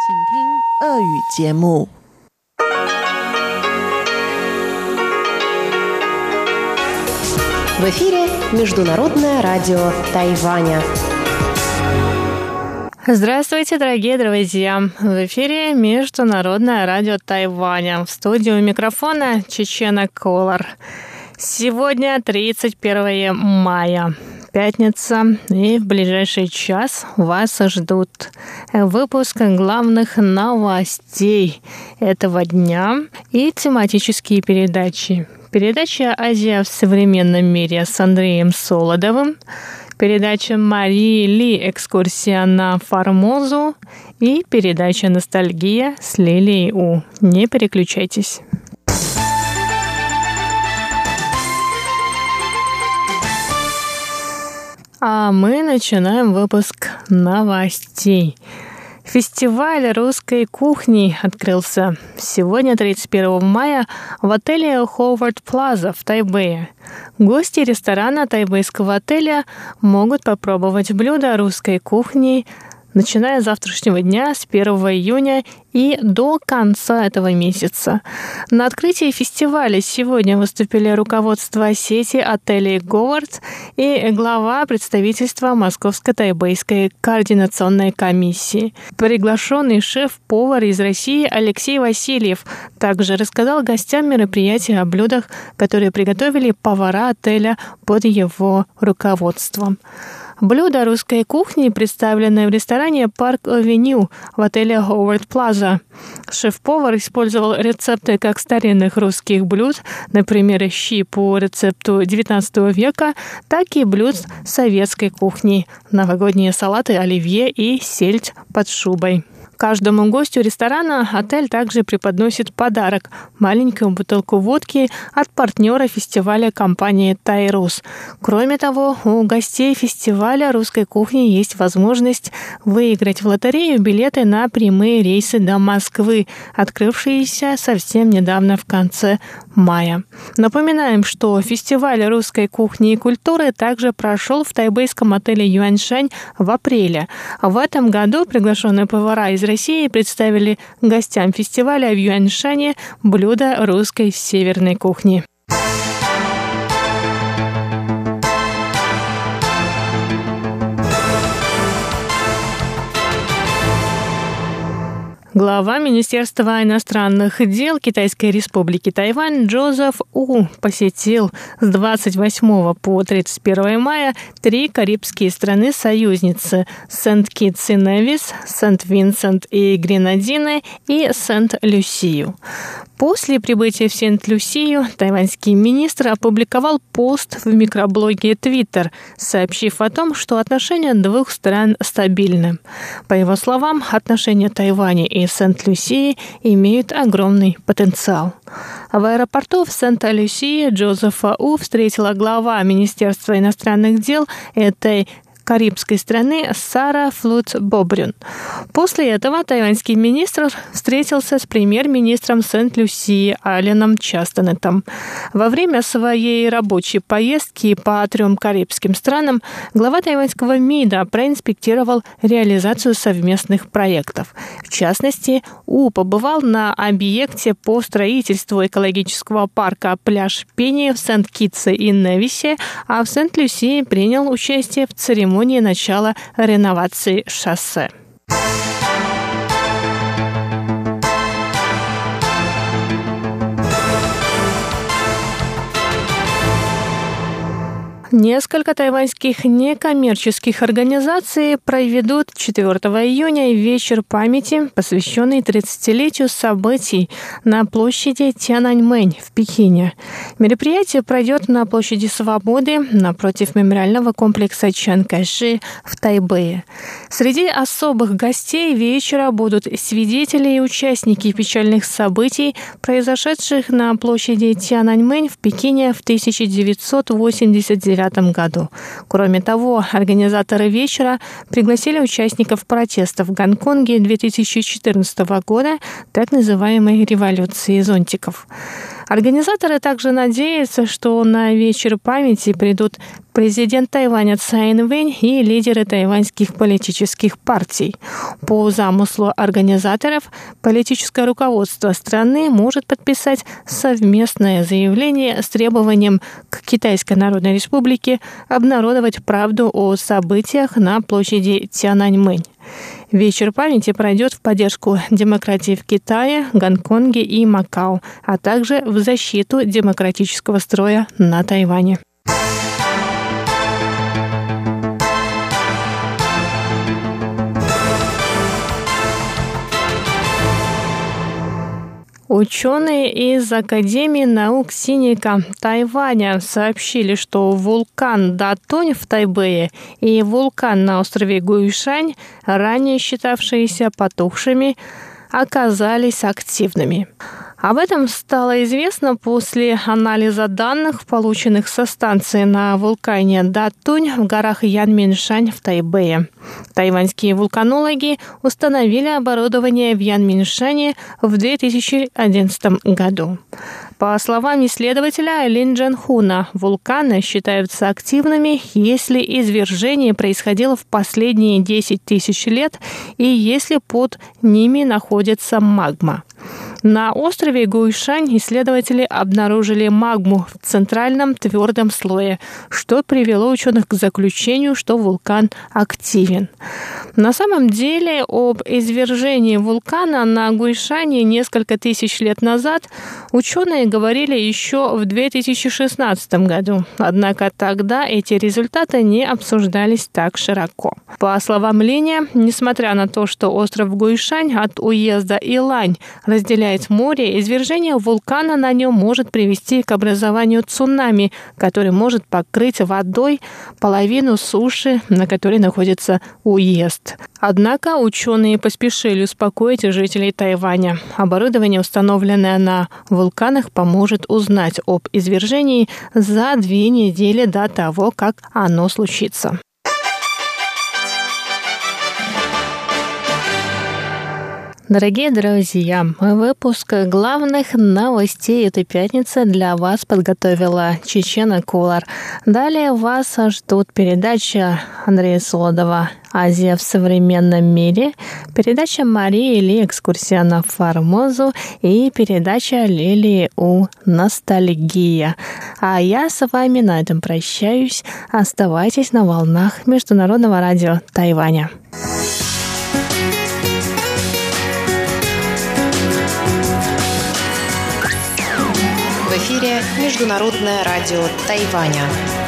В эфире Международное радио Тайваня. Здравствуйте, дорогие друзья! В эфире Международное радио Тайваня. В студии у микрофона Чечена Колор. Сегодня 31 мая, пятница, и в ближайший час вас ждут выпуск главных новостей этого дня и тематические передачи. Передача «Азия в современном мире» с Андреем Солодовым, передача Марии Ли «Экскурсия на Формозу» и передача «Ностальгия» с Лилией У. Не переключайтесь. А мы начинаем выпуск новостей. Фестиваль русской кухни открылся сегодня, 31 мая, в отеле Ховард Плаза в Тайбэе. Гости ресторана тайбэйского отеля могут попробовать блюда русской кухни, начиная с завтрашнего дня, с 1 июня и до конца этого месяца. На открытии фестиваля сегодня выступили руководство сети отелей «Говард» и глава представительства Московско-Тайбэйской координационной комиссии. Приглашенный шеф-повар из России Алексей Васильев также рассказал гостям мероприятия о блюдах, которые приготовили повара отеля под его руководством. Блюда русской кухни представлены в ресторане «Парк-Авеню» в отеле «Ховард Плаза». Шеф-повар использовал рецепты как старинных русских блюд, например, щи по рецепту XIX века, так и блюд советской кухни, новогодние салаты оливье и сельдь под шубой. Каждому гостю ресторана отель также преподносит подарок – маленькую бутылку водки от партнера фестиваля компании «Тайрус». Кроме того, у гостей фестиваля русской кухни есть возможность выиграть в лотерею билеты на прямые рейсы до Москвы, открывшиеся совсем недавно в конце мая. Напоминаем, что фестиваль русской кухни и культуры также прошел в тайбэйском отеле «Юаньшань» в апреле. В этом году приглашенные повара из России представили гостям фестиваля в Юаньшане блюда русской северной кухни. Глава Министерства иностранных дел Китайской республики Тайвань Джозеф У посетил с 28 по 31 мая 3 карибские страны-союзницы – Сент-Китс и Невис, Сент-Винсент и Гренадины и Сент-Люсию. После прибытия в Сент-Люсию тайваньский министр опубликовал пост в микроблоге Twitter, сообщив о том, что отношения двух стран стабильны. По его словам, отношения Тайваня и Сент-Люсии имеют огромный потенциал. В аэропорту в Сент-Люсии Джозефа У встретила глава Министерства иностранных дел этой карибской страны Сара Флут Бобрюн. После этого тайваньский министр встретился с премьер-министром Сент-Люсии Аленом Частонетом. Во время своей рабочей поездки по 3 карибским странам глава тайваньского МИДа проинспектировал реализацию совместных проектов. В частности, У побывал на объекте по строительству экологического парка «Пляж Пени» в Сент-Китсе и Невисе, а в Сент-Люсии принял участие в церемонии начала реновации шоссе. Несколько тайваньских некоммерческих организаций проведут 4 июня вечер памяти, посвященный 30-летию событий на площади Тяньаньмэнь в Пекине. Мероприятие пройдет на площади Свободы напротив мемориального комплекса Чан Кайши в Тайбэе. Среди особых гостей вечера будут свидетели и участники печальных событий, произошедших на площади Тяньаньмэнь в Пекине в 1989 году. Кроме того, организаторы вечера пригласили участников протестов в Гонконге 2014 года, так называемой революции зонтиков. Организаторы также надеются, что на вечер памяти придут президент Тайваня Цай Инвэнь и лидеры тайваньских политических партий. По замыслу организаторов, политическое руководство страны может подписать совместное заявление с требованием к Китайской Народной Республике обнародовать правду о событиях на площади Тяньаньмэнь. Вечер памяти пройдет в поддержку демократии в Китае, Гонконге и Макао, а также в защиту демократического строя на Тайване. Ученые из Академии наук Синька Тайваня сообщили, что вулкан Датунь в Тайбэе и вулкан на острове Гуйшань, ранее считавшиеся потухшими, оказались активными. Об этом стало известно после анализа данных, полученных со станции на вулкане Датунь в горах Янминшань в Тайбэе. Тайваньские вулканологи установили оборудование в Янминшане в 2011 году. По словам исследователя Лин Джанхуна, вулканы считаются активными, если извержение происходило в последние 10 тысяч лет и если под ними находится магма. На острове Гуйшань исследователи обнаружили магму в центральном твердом слое, что привело ученых к заключению, что вулкан активен. На самом деле, об извержении вулкана на Гуйшане несколько тысяч лет назад ученые говорили еще в 2016 году, однако тогда эти результаты не обсуждались так широко. По словам Линя, несмотря на то, что остров Гуйшань от уезда Илань разделяет море, извержение вулкана на нем может привести к образованию цунами, который может покрыть водой половину суши, на которой находится уезд. Однако ученые поспешили успокоить жителей Тайваня. Оборудование, установленное на вулканах, поможет узнать об извержении за 2 недели до того, как оно случится. Дорогие друзья, выпуск главных новостей этой пятницы для вас подготовила Чечена Кулар. Далее вас ждут передача Андрея Солодова «Азия в современном мире», передача Марии Ли «Экскурсия на Формозу» и передача Лилии У «Ностальгия». А я с вами на этом прощаюсь. Оставайтесь на волнах Международного радио Тайваня. В эфире Международное радио Тайваня.